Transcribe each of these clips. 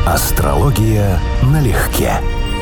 Астрология налегке.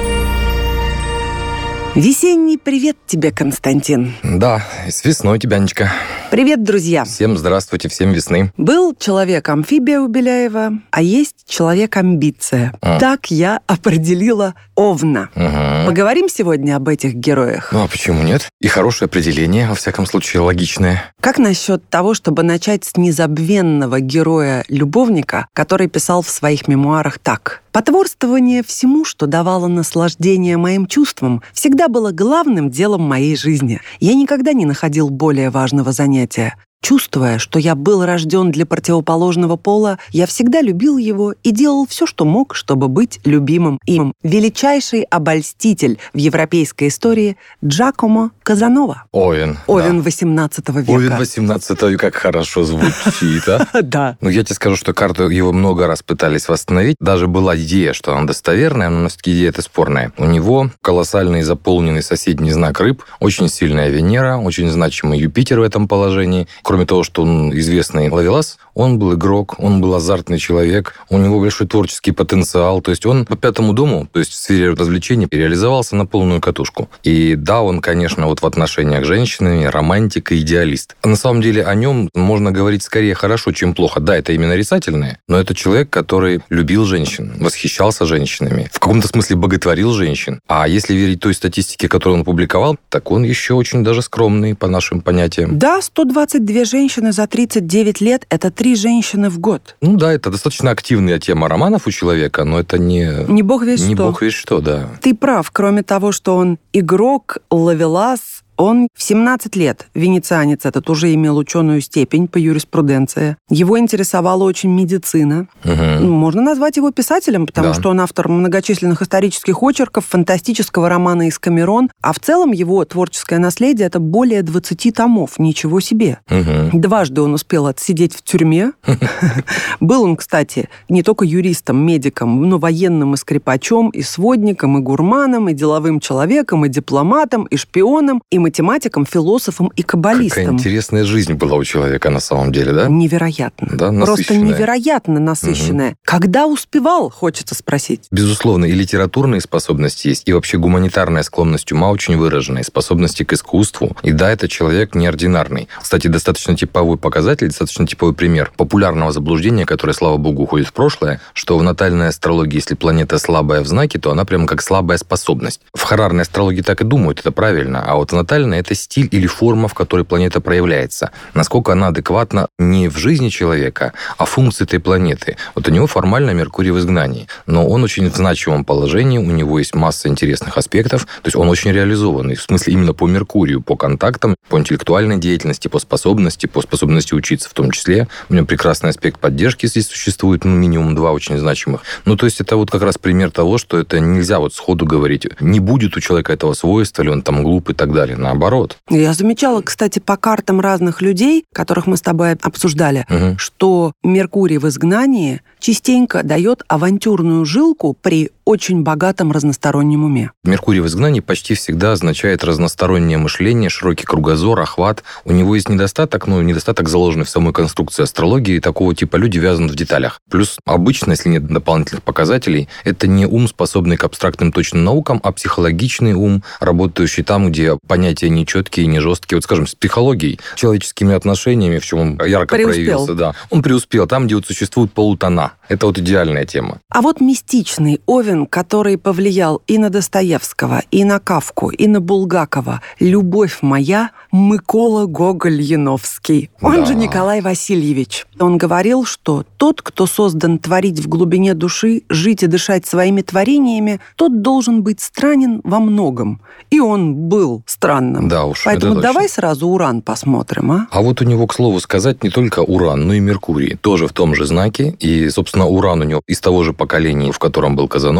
Весенний привет тебе, Константин. Да, и с весной тебя, Анечка. Привет, друзья. Всем здравствуйте, всем весны. Был человек-амфибия у Беляева, а есть человек-амбиция. Так я определила Овна. Поговорим сегодня об этих героях? Ну, а почему нет? И хорошее определение, во всяком случае, логичное. Как насчет того, чтобы начать с незабвенного героя-любовника, который писал в своих мемуарах так: «Потворствование всему, что давало наслаждение моим чувствам, всегда было главным делом моей жизни. Я никогда не находил более важного занятия. Чувствуя, что я был рожден для противоположного пола, я всегда любил его и делал все, что мог, чтобы быть любимым им». Величайший обольститель в европейской истории Джакомо Казанова. Овен. Овен XVIII века. Овен XVIII, как хорошо звучит, а? Да. Ну, я тебе скажу, что карту его много раз пытались восстановить. Даже была идея, что она достоверная, но все-таки идея эта спорная. У него колоссальный заполненный соседний знак рыб, очень сильная Венера, очень значимый Юпитер в этом положении. Кроме того, что он известный ловелас, он был игрок, он был азартный человек, у него большой творческий потенциал. То есть он по пятому дому, то есть в сфере развлечений, реализовался на полную катушку. И да, он, конечно, вот в отношениях с женщинами романтик и идеалист. На самом деле о нем можно говорить скорее хорошо, чем плохо. Да, это именно нарицательное, но это человек, который любил женщин, восхищался женщинами, в каком-то смысле боготворил женщин. А если верить той статистике, которую он публиковал, так он еще очень даже скромный по нашим понятиям. Да, 122 женщины за 39 лет – это 3 женщины в год. Ну да, это достаточно активная тема романов у человека, но это не бог весть не что. Бог весть что, да. Ты прав, кроме того, что он игрок, ловелас, он в 17 лет, венецианец этот, уже имел ученую степень по юриспруденции. Его интересовала очень медицина. Можно назвать его писателем, потому что он автор многочисленных исторических очерков, фантастического романа «Искамерон». А в целом его творческое наследие – это более 20 томов. Ничего себе. Дважды он успел отсидеть в тюрьме. Был он, кстати, не только юристом, медиком, но военным и скрипачом, и сводником, и гурманом, и деловым человеком, и дипломатом, и шпионом, и математиком, философом и каббалистом. Какая интересная жизнь была у человека на самом деле, да? Невероятно. Да, просто невероятно насыщенная. Когда успевал, хочется спросить. Безусловно, и литературные способности есть, и вообще гуманитарная склонность ума очень выраженная, способности к искусству. И да, это человек неординарный. Кстати, достаточно типовой показатель, достаточно типовой пример популярного заблуждения, которое, слава богу, уходит в прошлое, что в натальной астрологии, если планета слабая в знаке, то она прямо как слабая способность. В хорарной астрологии так и думают, это правильно, а вот в натальной это стиль или форма, в которой планета проявляется. Насколько она адекватна не в жизни человека, а функции этой планеты. Вот у него формально Меркурий в изгнании, но он очень в значимом положении, у него есть масса интересных аспектов, то есть он очень реализованный, в смысле именно по Меркурию, по контактам, по интеллектуальной деятельности, по способности учиться в том числе. У него прекрасный аспект поддержки здесь существует, минимум 2 очень значимых. То есть это вот как раз пример того, что это нельзя вот сходу говорить, не будет у человека этого свойства, или он там глуп и так далее. Наоборот. Я замечала, кстати, по картам разных людей, которых мы с тобой обсуждали, что Меркурий в изгнании частенько дает авантюрную жилку при очень богатом разностороннем уме. Меркурий в изгнании почти всегда означает разностороннее мышление, широкий кругозор, охват. У него есть недостаток, недостаток заложенный в самой конструкции астрологии, и такого типа люди вязаны в деталях. Плюс обычно, если нет дополнительных показателей, это не ум, способный к абстрактным точным наукам, а психологичный ум, работающий там, где понятия не четкие, не жесткие. Вот, скажем, с психологией, человеческими отношениями, в чем он ярко проявился. Да. Он преуспел там, где вот существуют полутона. Это вот идеальная тема. А вот мистичный Овен, который повлиял и на Достоевского, и на Кафку, и на Булгакова. «Любовь моя» Микола Гоголь-Яновский. Он же Николай Васильевич. Он говорил, что тот, кто создан творить в глубине души, жить и дышать своими творениями, тот должен быть странен во многом. И он был странным. Да уж, поэтому давай сразу Уран посмотрим, а? А вот у него, к слову сказать, не только Уран, но и Меркурий. Тоже в том же знаке. И, собственно, Уран у него из того же поколения, в котором был Казанов,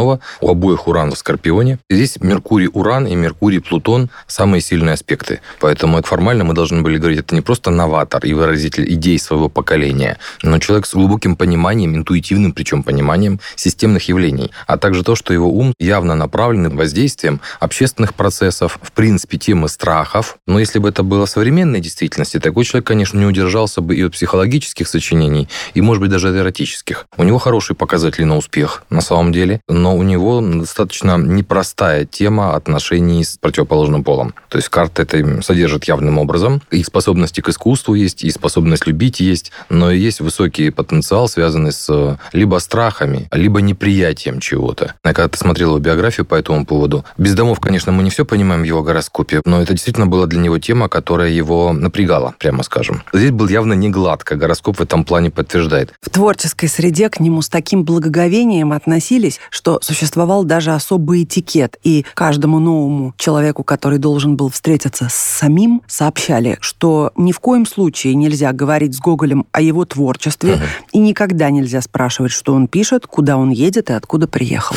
основа. У обоих Уран в Скорпионе. Здесь Меркурий-Уран и Меркурий-Плутон – самые сильные аспекты. Поэтому формально мы должны были говорить, это не просто новатор и выразитель идей своего поколения, но человек с глубоким пониманием, интуитивным причем пониманием системных явлений, а также то, что его ум явно направлен воздействием общественных процессов, в принципе, темы страхов. Но если бы это было в современной действительности, такой человек, конечно, не удержался бы и от психологических сочинений, и, может быть, даже от эротических. У него хорошие показатели на успех, на самом деле, но у него достаточно непростая тема отношений с противоположным полом. То есть карта это содержит явным образом. И способности к искусству есть, и способность любить есть, но и есть высокий потенциал, связанный с либо страхами, либо неприятием чего-то. Я когда-то смотрел его биографию по этому поводу. Без домов, конечно, мы не все понимаем в его гороскопе, но это действительно была для него тема, которая его напрягала, прямо скажем. Здесь был явно не гладко, гороскоп в этом плане подтверждает. В творческой среде к нему с таким благоговением относились, что существовал даже особый этикет, и каждому новому человеку, который должен был встретиться с самим, сообщали, что ни в коем случае нельзя говорить с Гоголем о его творчестве, и никогда нельзя спрашивать, что он пишет, куда он едет и откуда приехал.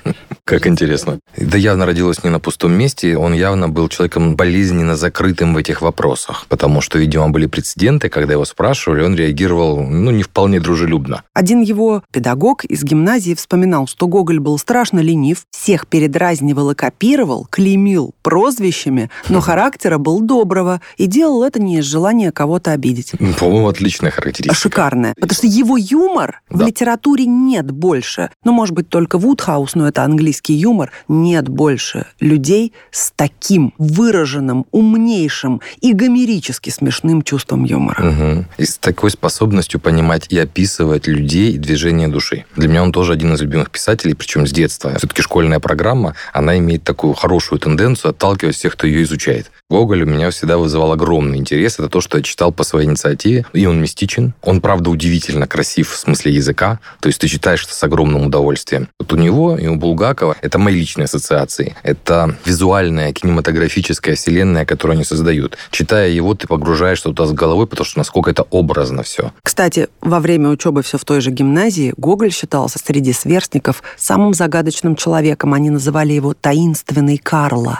Как интересно. Да явно родилось не на пустом месте, он явно был человеком болезненно закрытым в этих вопросах, потому что, видимо, были прецеденты, когда его спрашивали, он реагировал, не вполне дружелюбно. Один его педагог из гимназии вспоминал, что Гоголь был страшно ленив, всех передразнивал и копировал, клеймил прозвищами, но характера был доброго и делал это не из желания кого-то обидеть. По-моему, отличная характеристика. Шикарная. Потому что его юмор в литературе нет больше. Может быть, только Вудхаус, но это английский юмор. Нет больше людей с таким выраженным, умнейшим и гомерически смешным чувством юмора. И с такой способностью понимать и описывать людей и движение души. Для меня он тоже один из любимых писателей, причем с детства. Все-таки школьная программа, она имеет такую хорошую тенденцию отталкивать всех, кто ее изучает. Гоголь у меня всегда вызывал огромный интерес. Это то, что я читал по своей инициативе. И он мистичен. Он, правда, удивительно красив в смысле языка. То есть ты читаешь это с огромным удовольствием. Вот у него и у Булгакова это мои личные ассоциации. Это визуальная, кинематографическая вселенная, которую они создают. Читая его, ты погружаешься туда с головой, потому что насколько это образно все. Кстати, во время учебы все в той же гимназии Гоголь считался среди сверстников самым загадочным человеком. Они называли его «таинственный Карло».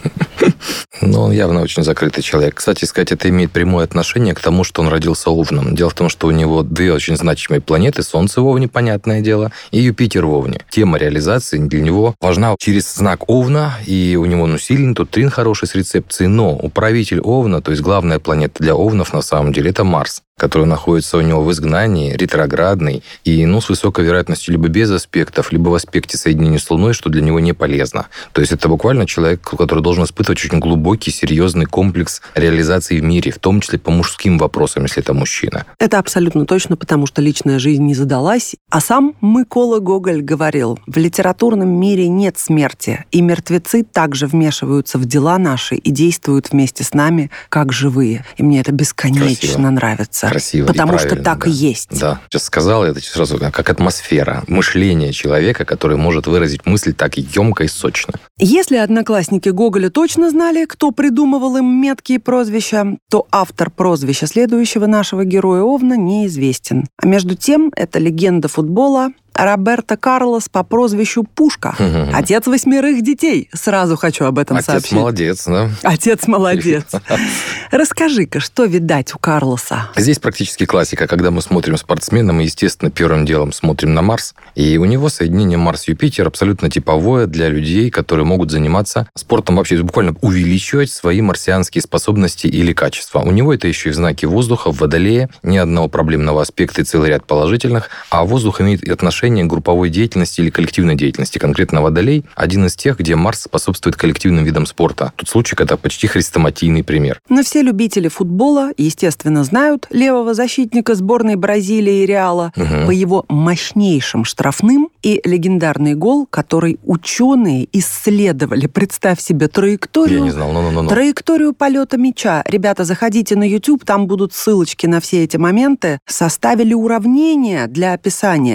Но он явно очень закрытый человек. Кстати сказать, это имеет прямое отношение к тому, что он родился Овном. Дело в том, что у него две очень значимые планеты. Солнце в Овне, понятное дело, и Юпитер в Овне. Тема реализации для него важна через знак Овна, и у него сильный, тут трин хороший с рецепцией, но управитель Овна, то есть главная планета для Овнов на самом деле, это Марс, который находится у него в изгнании, ретроградный, и с высокой вероятностью либо без аспектов, либо в аспекте соединения с Луной, что для него не полезно. То есть это буквально человек, который должен испытывать очень глубокий, серьезный комплекс реализации в мире, в том числе по мужским вопросам, если это мужчина. Это абсолютно точно, потому что личная жизнь не задалась. А сам Микола Гоголь говорил, в литературном мире нет смерти, и мертвецы также вмешиваются в дела наши и действуют вместе с нами, как живые. И мне это бесконечно нравится. Красиво. Потому что так и есть. Да. Сейчас сказал, это сразу как атмосфера, мышление человека, который может выразить мысль так емко и сочно. Если одноклассники Гоголя точно знали, кто придумывал им меткие прозвища, то автор прозвища следующего нашего героя Овна неизвестен. А между тем, это легенда футбола Роберто Карлос по прозвищу Пушка. Отец 8 детей. Сразу хочу об этом сообщить. Отец молодец, да? Отец молодец. Расскажи-ка, что видать у Карлоса? Здесь практически классика. Когда мы смотрим спортсмена, мы, естественно, первым делом смотрим на Марс. И у него соединение Марс-Юпитер абсолютно типовое для людей, которые могут заниматься спортом вообще, буквально увеличивать свои марсианские способности или качества. У него это еще и в знаке воздуха, в Водолее. Ни одного проблемного аспекта и целый ряд положительных. А воздух имеет отношение к групповой деятельности или коллективной деятельности. Конкретно Водолей – один из тех, где Марс способствует коллективным видам спорта. Тут случай, это почти хрестоматийный пример. Но все любители футбола, естественно, знают левого защитника сборной Бразилии и Реала по его мощнейшим штрафным и легендарный гол, который ученые исследовали. Представь себе траекторию. Я не знал, траекторию полета мяча. Ребята, заходите на YouTube, там будут ссылочки на все эти моменты. Составили уравнения для описания,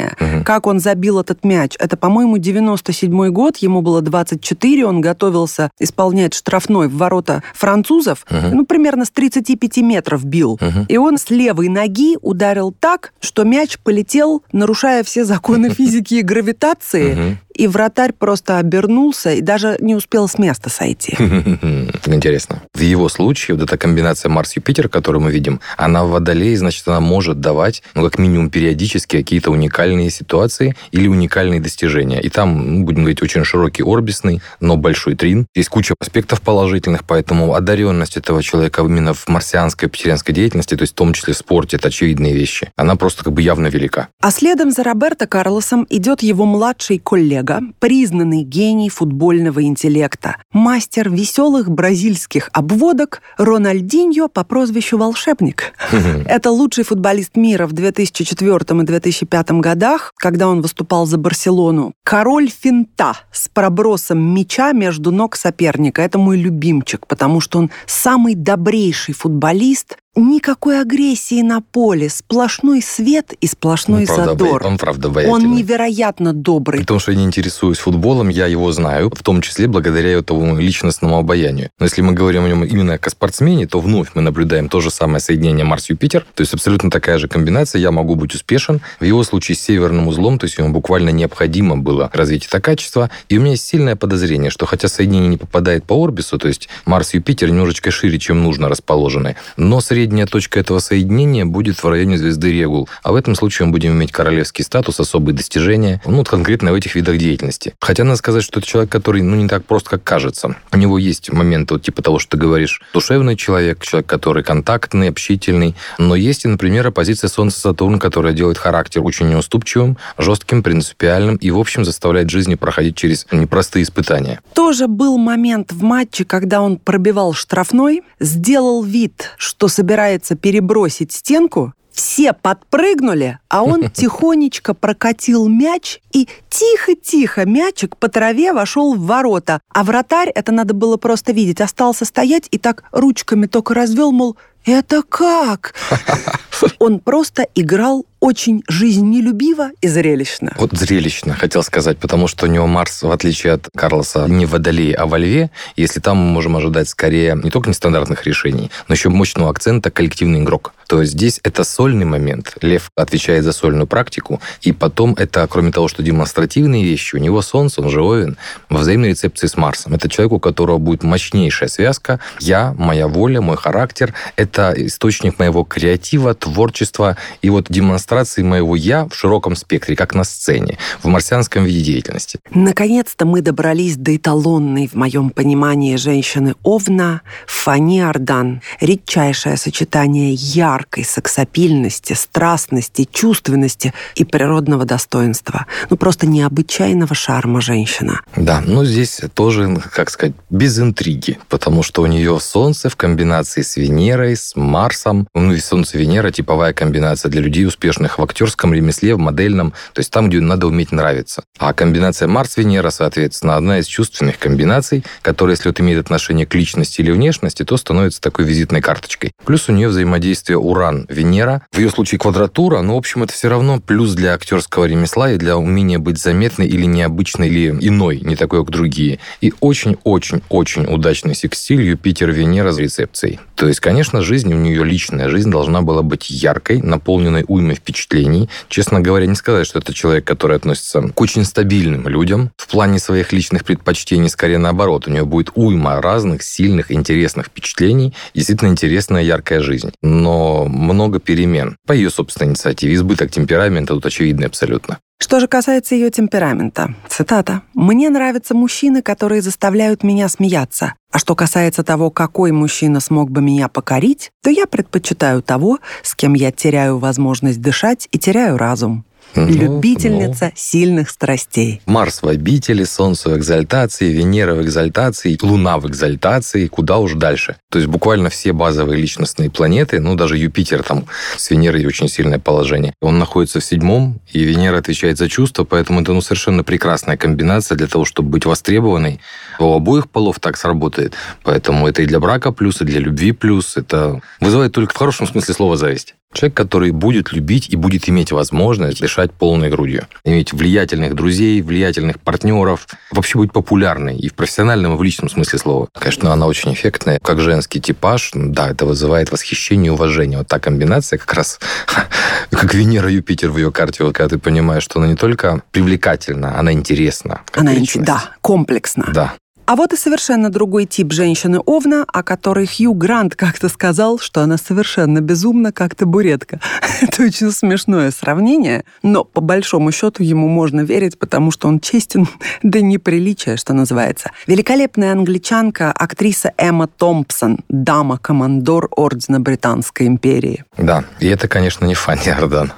Как он забил этот мяч? Это, по-моему, 97-й год, ему было 24, он готовился исполнять штрафной в ворота французов, примерно с 35 метров бил. И он с левой ноги ударил так, что мяч полетел, нарушая все законы физики и гравитации, и вратарь просто обернулся и даже не успел с места сойти. Интересно. В его случае вот эта комбинация Марс-Юпитер, которую мы видим, она в Водолее, значит, она может давать, как минимум, периодически какие-то уникальные ситуации или уникальные достижения. И там, будем говорить, очень широкий орбисный, но большой трин. Есть куча аспектов положительных, поэтому одаренность этого человека именно в марсианской, петеренской деятельности, то есть в том числе в спорте, это очевидные вещи, она просто явно велика. А следом за Роберто Карлосом идет его младший коллега, признанный гений футбольного интеллекта, мастер веселых бразильских обводок Рональдиньо по прозвищу Волшебник. Это лучший футболист мира в 2004 и 2005 годах, когда он выступал за Барселону. Король финта с пробросом мяча между ног соперника. Это мой любимчик, потому что он самый добрейший футболист. Никакой агрессии на поле, сплошной свет и сплошной задор. Он, правда, обаятельный. Он невероятно добрый. Потому что я не интересуюсь футболом, я его знаю, в том числе благодаря этому личностному обаянию. Но если мы говорим о нем именно как о спортсмене, то вновь мы наблюдаем то же самое соединение Марс-Юпитер, то есть абсолютно такая же комбинация, я могу быть успешен. В его случае с северным узлом, то есть ему буквально необходимо было развить это качество. И у меня есть сильное подозрение, что хотя соединение не попадает по орбису, то есть Марс-Юпитер немножечко шире, чем нужно расположены, но средняя точка этого соединения будет в районе звезды Регул. А в этом случае мы будем иметь королевский статус, особые достижения, конкретно в этих видах деятельности. Хотя надо сказать, что это человек, который, не так прост, как кажется. У него есть моменты типа того, что ты говоришь, душевный человек, который контактный, общительный, но есть и, например, оппозиция Солнце-Сатурн, которая делает характер очень неуступчивым, жестким, принципиальным и, в общем, заставляет жизни проходить через непростые испытания. Тоже был момент в матче, когда он пробивал штрафной, сделал вид, что собирается перебросить стенку, все подпрыгнули, а он тихонечко прокатил мяч, и тихо-тихо мячик по траве вошел в ворота. А вратарь, это надо было просто видеть, остался стоять и так ручками только развел, мол, это как? Он просто играл очень жизнелюбиво и зрелищно. Вот зрелищно, хотел сказать, потому что у него Марс, в отличие от Карлоса, не в Водолее, а во Льве, если там мы можем ожидать скорее не только нестандартных решений, но еще мощного акцента коллективный игрок. То есть здесь это сольный момент. Лев отвечает за сольную практику, и потом это, кроме того, что демонстративные вещи, у него Солнце, он же Овен, во взаимной рецепции с Марсом. Это человек, у которого будет мощнейшая связка. Я, моя воля, мой характер — это источник моего креатива, творчества и демонстрации моего «я» в широком спектре, как на сцене, в марсианском виде деятельности. Наконец-то мы добрались до эталонной, в моем понимании, женщины Овна Фани Ардан. Редчайшее сочетание яркой сексапильности, страстности, чувственности и природного достоинства. Просто необычайного шарма женщина. Да, но здесь тоже, без интриги, потому что у нее Солнце в комбинации с Венерой, с Марсом. И Солнце-Венера — типовая комбинация для людей, успешных в актерском ремесле, в модельном, то есть там, где надо уметь нравиться. А комбинация Марс-Венера, соответственно, одна из чувственных комбинаций, которая, если имеет отношение к личности или внешности, то становится такой визитной карточкой. Плюс у нее взаимодействие Уран-Венера. В ее случае квадратура, но, в общем, это все равно плюс для актерского ремесла и для умения быть заметной или необычной, или иной, не такой, как другие. И очень-очень-очень удачный секстиль Юпитер-Венера с рецепцией. То есть, конечно, жизнь у нее, личная жизнь, должна была быть яркой, наполненной уймой впечатлений. Честно говоря, не сказать, что это человек, который относится к очень стабильным людям в плане своих личных предпочтений, скорее наоборот. У нее будет уйма разных, сильных, интересных впечатлений, действительно интересная, яркая жизнь. Но много перемен по ее собственной инициативе. Избыток темперамента тут очевидный абсолютно. Что же касается ее темперамента, цитата: «Мне нравятся мужчины, которые заставляют меня смеяться. А что касается того, какой мужчина смог бы меня покорить, то я предпочитаю того, с кем я теряю возможность дышать и теряю разум». Любительница сильных страстей. Марс в обители, Солнце в экзальтации, Венера в экзальтации, Луна в экзальтации, куда уж дальше. То есть буквально все базовые личностные планеты, даже Юпитер там с Венерой очень сильное положение. Он находится в 7-м, и Венера отвечает за чувства, поэтому это совершенно прекрасная комбинация для того, чтобы быть востребованной. У обоих полов так сработает. Поэтому это и для брака плюс, и для любви плюс. Это вызывает только в хорошем смысле слова зависть. Человек, который будет любить и будет иметь возможность дышать полной грудью. Иметь влиятельных друзей, влиятельных партнеров. Вообще быть популярной и в профессиональном, и в личном смысле слова. Конечно, она очень эффектная. Как женский типаж, да, это вызывает восхищение и уважение. Вот та комбинация как раз, как Венера, Юпитер в ее карте. Вот когда ты понимаешь, что она не только привлекательна, она интересна. Она, да, комплексна. Да. А вот и совершенно другой тип женщины-овна, о которой Хью Грант как-то сказал, что она совершенно безумна, как табуретка. Это очень смешное сравнение, но по большому счету ему можно верить, потому что он честен до неприличия, что называется. Великолепная англичанка, актриса Эмма Томпсон, дама-командор Ордена Британской империи. Да, и это, конечно, не Фанни Арден.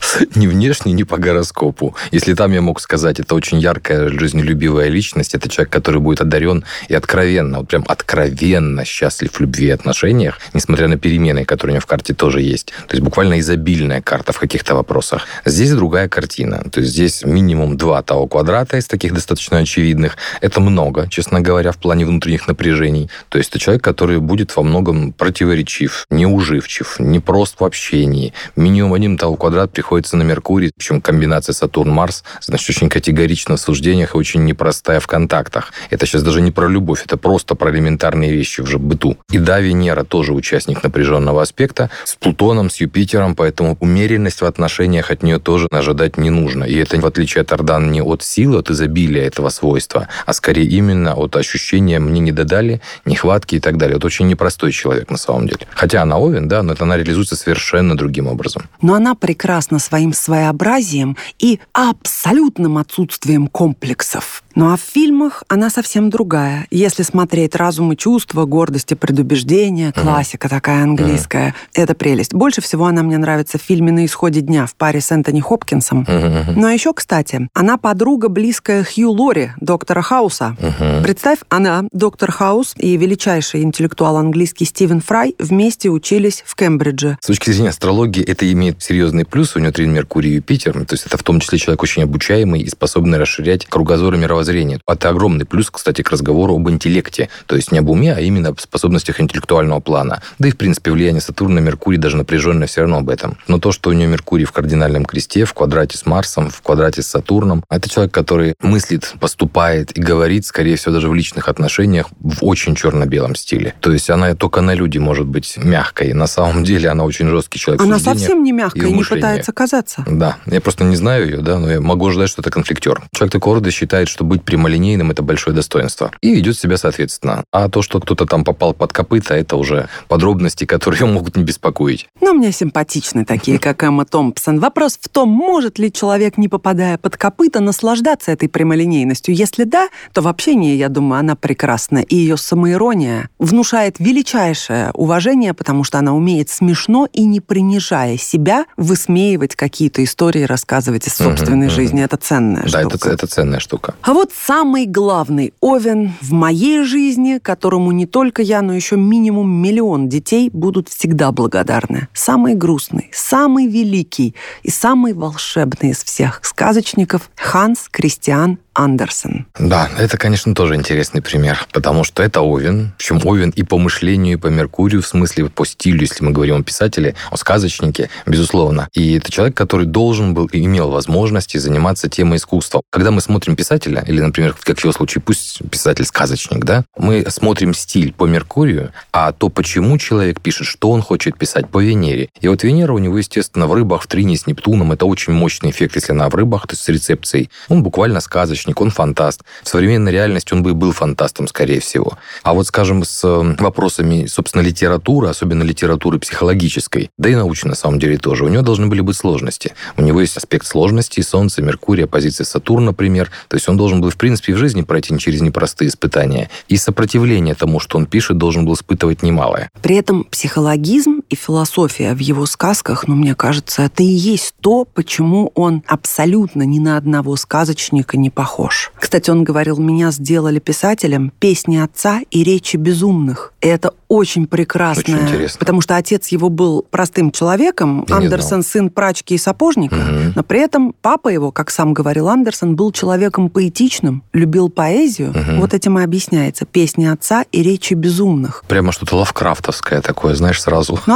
Ни внешне, ни по гороскопу. Если там я мог сказать, это очень яркая, жизнелюбивая личность, это человек, который будет одарен и откровенно, вот прям откровенно счастлив в любви и отношениях, несмотря на перемены, которые у него в карте тоже есть. То есть буквально изобильная карта в каких-то вопросах. Здесь другая картина. То есть здесь минимум 2 Тао-квадрата из таких достаточно очевидных. Это много, честно говоря, в плане внутренних напряжений. То есть это человек, который будет во многом противоречив, неуживчив, непрост в общении. Минимум 1 Тао-квадрат приходится на Меркурий, причем комбинация Сатурн-Марс, значит, очень категорично в суждениях и очень непростая в контактах. Это сейчас даже не про любовь, это просто про элементарные вещи в быту. И да, Венера тоже участник напряженного аспекта с Плутоном, с Юпитером, поэтому умеренность в отношениях от нее тоже ожидать не нужно. И это, в отличие от Ардан, не от силы, от изобилия этого свойства, а скорее именно от ощущения «мне не додали», нехватки и так далее. Вот очень непростой человек на самом деле. Хотя она Овен, да, но это она реализуется совершенно другим образом. Но она прекрасна своим своеобразием и абсолютным отсутствием комплексов. Ну а в фильмах она совсем другая. Если смотреть «Разум и чувства», «Гордость и предубеждение», классика такая английская, это прелесть. Больше всего она мне нравится в фильме «На исходе дня» в паре с Энтони Хопкинсом. Ну а еще, кстати, она подруга близкая Хью Лори, доктора Хауса. Представь, она, доктор Хаус и величайший интеллектуал английский Стивен Фрай вместе учились в Кембридже. С точки зрения астрологии это имеет серьезный плюс. У него 3 Меркурий и Юпитер. То есть это в том числе человек очень обучаемый и способный расширять кругозор и мировоззрение. Это огромный плюс, кстати, к разговору об интеллекте. То есть не об уме, а именно об способностях интеллектуального плана. Да и, в принципе, влияние Сатурна на Меркурий даже напряженное все равно об этом. Но то, что у него Меркурий в кардинальном кресте, в квадрате с Марсом, в квадрате с Сатурном, это человек, который мыслит, поступает и говорит, скорее всего, даже в личных отношениях в очень черно-белом стиле. То есть она только на люди может быть мягкой. На самом деле она очень жесткий человек. Она совсем не мягкая и не пытается казаться. Да. Я просто не знаю ее, да, но я могу ожидать, что это конфликтер. Человек такого рода считает, что быть прямолинейным – это большое достоинство. И ведет себя соответственно. А то, что кто-то там попал под копыта, это уже подробности, которые могут не беспокоить. Но мне симпатичны такие, как Эмма Томпсон. Вопрос в том, может ли человек, не попадая под копыта, наслаждаться этой прямолинейностью. Если да, то в общении, я думаю, она прекрасна. И ее самоирония внушает величайшее уважение, потому что она умеет смешно и не принижая себя высмеивать какие-то истории, рассказывать из собственной жизни. Это ценная штука. Да, это ценная штука. А вот самый главный Овен в моей жизни, которому не только я, но еще минимум 1 миллион детей будут всегда благодарны. Самый грустный, самый великий и самый волшебный из всех сказочников Ханс Кристиан Андерсен. Да, это, конечно, тоже интересный пример, потому что это Овен, причем Овен и по мышлению, и по Меркурию, в смысле по стилю, если мы говорим о писателе, о сказочнике, безусловно. И это человек, который должен был и имел возможности заниматься темой искусства. Когда мы смотрим писателя, или, например, как в его случае, пусть писатель-сказочник, да, мы смотрим стиль по Меркурию, а то, почему человек пишет, что он хочет писать, по Венере. И вот Венера у него, естественно, в рыбах, в трине с Нептуном, это очень мощный эффект, если она в рыбах, то есть с рецепцией. Он буквально сказочник, он фантаст. В современной реальности он бы и был фантастом, скорее всего. А вот, скажем, с вопросами, собственно, литературы, особенно литературы психологической, да и научной, на самом деле, тоже, у него должны были быть сложности. У него есть аспект сложности, Солнце, Меркурий, оппозиция Сатурн, например. То есть он должен был, в принципе, в жизни пройти через непростые испытания. И сопротивление тому, что он пишет, должен был испытывать немалое. При этом психологизм и философия в его сказках, мне кажется, это и есть то, почему он абсолютно ни на одного сказочника не похож. Кстати, он говорил, меня сделали писателем песни отца и речи безумных. И это очень прекрасно. Очень интересно. Потому что отец его был простым человеком, Андерсен сын прачки и сапожника, но при этом папа его, как сам говорил Андерсен, был человеком поэтичным, любил поэзию. Вот этим и объясняется песни отца и речи безумных. Прямо что-то лавкрафтовское такое, знаешь, сразу. Ну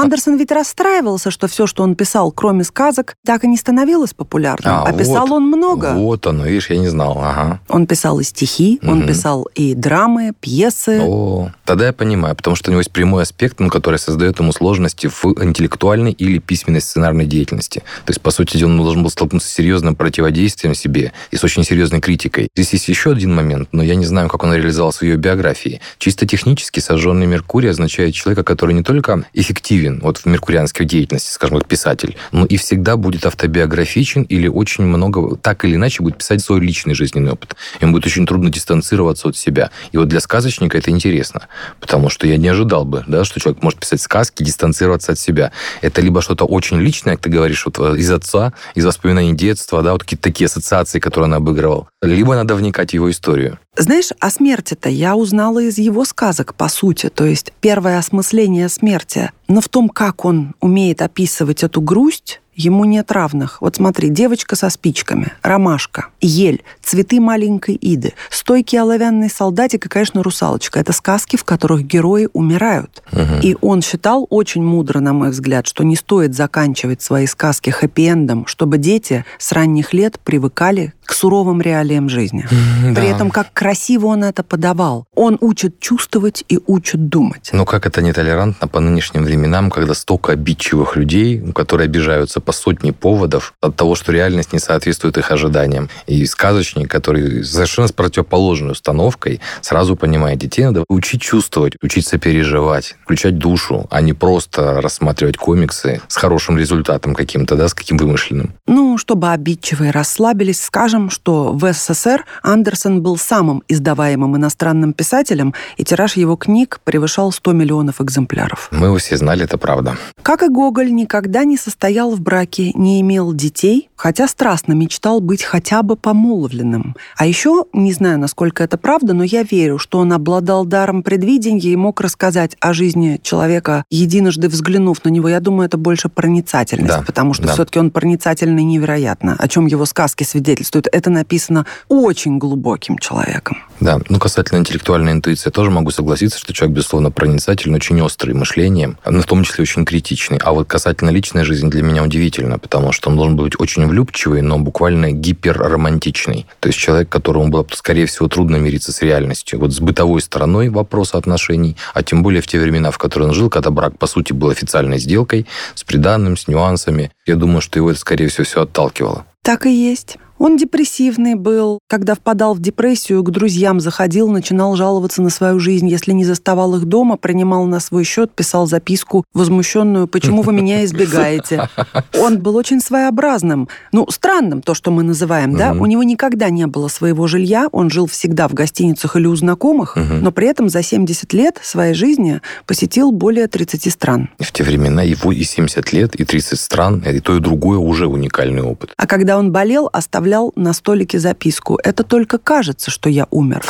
Андерсон ведь расстраивался, что все, что он писал, кроме сказок, так и не становилось популярным. А писал он много. Вот оно, видишь, я не знал. Ага. Он писал и стихи, он писал и драмы, пьесы. Тогда я понимаю, потому что у него есть прямой аспект, который создает ему сложности в интеллектуальной или письменной сценарной деятельности. То есть, по сути, он должен был столкнуться с серьезным противодействием себе и с очень серьезной критикой. Здесь есть еще один момент, но я не знаю, как он реализовал в ее биографии. Чисто технически сожженный Меркурий означает человека, который не только эффективен вот в меркурианской деятельности, скажем, как писатель, но и всегда будет автобиографичен или очень много, так или иначе, будет писать свой личный жизненный опыт. Ему будет очень трудно дистанцироваться от себя. И вот для сказочника это интересно, потому что я не ожидал бы, да, что человек может писать сказки, дистанцироваться от себя. Это либо что-то очень личное, как ты говоришь, вот из отца, из воспоминаний детства, да, вот какие-то такие ассоциации, которые он обыгрывал. Либо надо вникать в его историю. Знаешь, о смерти-то я узнала из его сказок, по сути. То есть первое осмысление смерти. Но в том, как он умеет описывать эту грусть, ему нет равных. Вот смотри, девочка со спичками, ромашка, ель, цветы маленькой Иды, стойкий оловянный солдатик и, конечно, русалочка. Это сказки, в которых герои умирают. И он считал очень мудро, на мой взгляд, что не стоит заканчивать свои сказки хэппи-эндом, чтобы дети с ранних лет привыкали к суровым реалиям жизни. При этом, как красиво он это подавал. Он учит чувствовать и учит думать. Но как это нетолерантно по нынешним временам, когда столько обидчивых людей, которые обижаются по сотне поводов от того, что реальность не соответствует их ожиданиям. И сказочник, который совершенно с противоположной установкой, сразу понимает, детей надо учить чувствовать, учиться переживать, включать душу, а не просто рассматривать комиксы с хорошим результатом каким-то, да, с каким вымышленным. Ну, чтобы обидчивые расслабились, скажем, что в СССР Андерсон был самым издаваемым иностранным писателем, и тираж его книг превышал 100 миллионов экземпляров. Мы его все знали, это правда. Как и Гоголь, никогда не состоял в браке, не имел детей, хотя страстно мечтал быть хотя бы помолвленным. А еще, не знаю, насколько это правда, но я верю, что он обладал даром предвидения и мог рассказать о жизни человека, единожды взглянув на него. Я думаю, это больше проницательность, потому что все-таки он проницательный невероятно, о чем его сказки свидетельствуют. Это написано очень глубоким человеком. Да, касательно интеллектуальной интуиции, я тоже могу согласиться, что человек, безусловно, проницательный, очень острый мышлением, но в том числе очень критичный. А вот касательно личной жизни для меня удивительно, потому что он должен быть очень влюбчивый, но буквально гиперромантичный. То есть человек, которому было, скорее всего, трудно мириться с реальностью. Вот с бытовой стороной вопроса отношений, а тем более в те времена, в которые он жил, когда брак, по сути, был официальной сделкой, с приданным, с нюансами. Я думаю, что его это, скорее всего, все отталкивало. Так и есть. Он депрессивный был. Когда впадал в депрессию, к друзьям заходил, начинал жаловаться на свою жизнь. Если не заставал их дома, принимал на свой счет, писал записку возмущенную: «Почему вы меня избегаете?» Он был очень своеобразным. Странным, то, что мы называем, да? У него никогда не было своего жилья. Он жил всегда в гостиницах или у знакомых, но при этом за 70 лет своей жизни посетил более 30 стран. В те времена его и 70 лет, и 30 стран, и то, и другое уже уникальный опыт. А когда он болел, оставлял на столике записку: «Это только кажется, что я умер».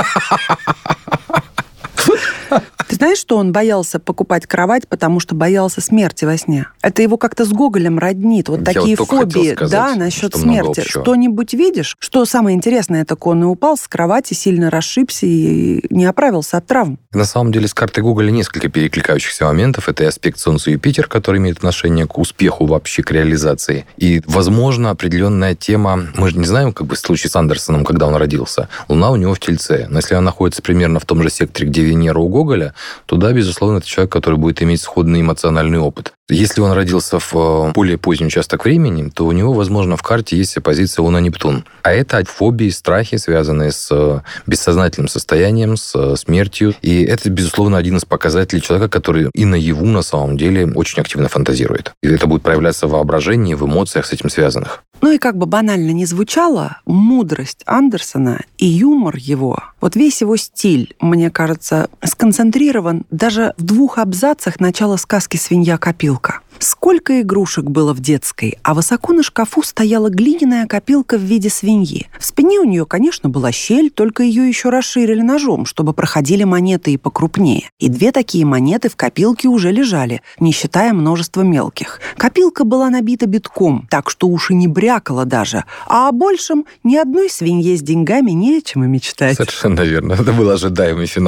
Ты знаешь, что он боялся покупать кровать, потому что боялся смерти во сне? Это его как-то с Гоголем роднит. Вот такие фобии, насчет смерти. Что-нибудь видишь? Что самое интересное, это он и упал с кровати, сильно расшибся и не оправился от травм. На самом деле с картой Гоголя несколько перекликающихся моментов. Это и аспект Солнца-Юпитер, который имеет отношение к успеху вообще, к реализации. И, возможно, определенная тема... Мы же не знаем, в случае с Андерсоном, когда он родился. Луна у него в Тельце. Но если она находится примерно в том же секторе, где Венера у Гоголя, то да, безусловно, это человек, который будет иметь сходный эмоциональный опыт. Если он родился в более поздний участок времени, то у него, возможно, в карте есть оппозиция Луна-Нептун. А это фобии, страхи, связанные с бессознательным состоянием, с смертью. И это, безусловно, один из показателей человека, который и наяву, на самом деле, очень активно фантазирует. И это будет проявляться в воображении, в эмоциях с этим связанных. И как бы банально не звучало, мудрость Андерсона и юмор его, вот весь его стиль, мне кажется, сконцентрирован даже в 2 абзацах начала сказки «Свинья-копилка». Сколько игрушек было в детской, а высоко на шкафу стояла глиняная копилка в виде свиньи. В спине у нее, конечно, была щель, только ее еще расширили ножом, чтобы проходили монеты и покрупнее. И 2 такие монеты в копилке уже лежали, не считая множества мелких. Копилка была набита битком, так что уши не брякало даже. А о большем ни одной свинье с деньгами не о чем и мечтать. Совершенно верно. Это был ожидаемый финал.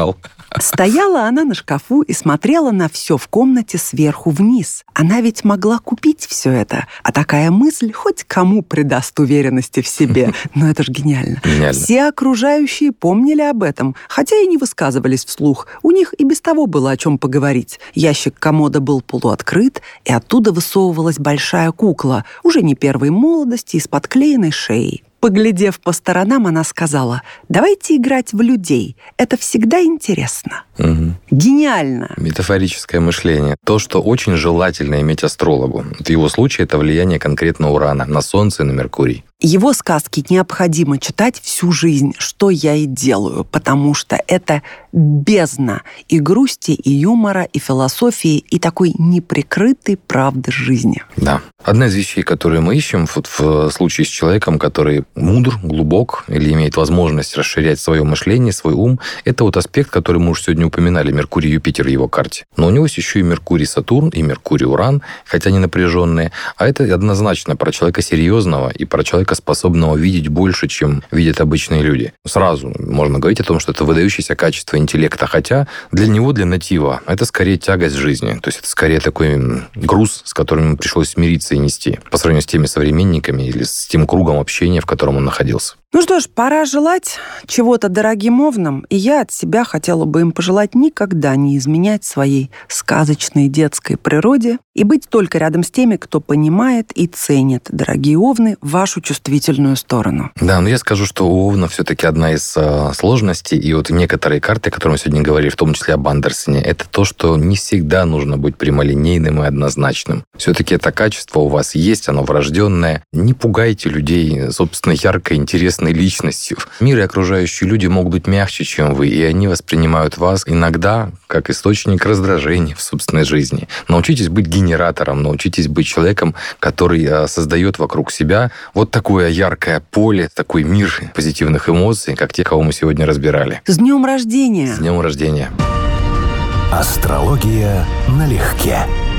Стояла она на шкафу и смотрела на все в комнате сверху вниз. Она ведь могла купить все это. А такая мысль хоть кому придаст уверенности в себе. Но это ж гениально. Все окружающие помнили об этом, хотя и не высказывались вслух. У них и без того было о чем поговорить. Ящик комода был полуоткрыт, и оттуда высовывалась большая кукла, уже не первой молодости и с подклеенной шеей. Поглядев по сторонам, она сказала: «Давайте играть в людей. Это всегда интересно». Угу. Гениально. Метафорическое мышление. То, что очень желательно иметь астрологу. В его случае это влияние конкретно Урана на Солнце и на Меркурий. Его сказки необходимо читать всю жизнь, что я и делаю, потому что это бездна и грусти, и юмора, и философии, и такой неприкрытой правды жизни. Да. Одна из вещей, которые мы ищем в случае с человеком, который мудр, глубок или имеет возможность расширять свое мышление, свой ум, это вот аспект, который мы уже сегодня упоминали, Меркурий-Юпитер в его карте. Но у него есть еще и Меркурий-Сатурн, и Меркурий-Уран, хотя не напряженные. А это однозначно про человека серьезного и про человека, способного видеть больше, чем видят обычные люди. Сразу можно говорить о том, что это выдающееся качество интеллекта, хотя для него, для натива, это скорее тягость жизни. То есть это скорее такой груз, с которым ему пришлось смириться и нести по сравнению с теми современниками или с тем кругом общения, в котором он находился. Ну что ж, пора желать чего-то дорогим овнам, и я от себя хотела бы им пожелать никогда не изменять своей сказочной детской природе и быть только рядом с теми, кто понимает и ценит, дорогие овны, вашу чувствительную сторону. Да, но я скажу, что у овна все-таки одна из сложностей, и вот некоторые карты, о которых мы сегодня говорили, в том числе об Андерсене, это то, что не всегда нужно быть прямолинейным и однозначным. Все-таки это качество у вас есть, оно врожденное. Не пугайте людей, собственно, яркой, интересной личностью. Мир и окружающие люди могут быть мягче, чем вы, и они воспринимают вас иногда как источник раздражения в собственной жизни. Научитесь быть генератором, научитесь быть человеком, который создает вокруг себя вот такое яркое поле, такой мир позитивных эмоций, как те, кого мы сегодня разбирали. С днем рождения! С днем рождения! Астрология налегке.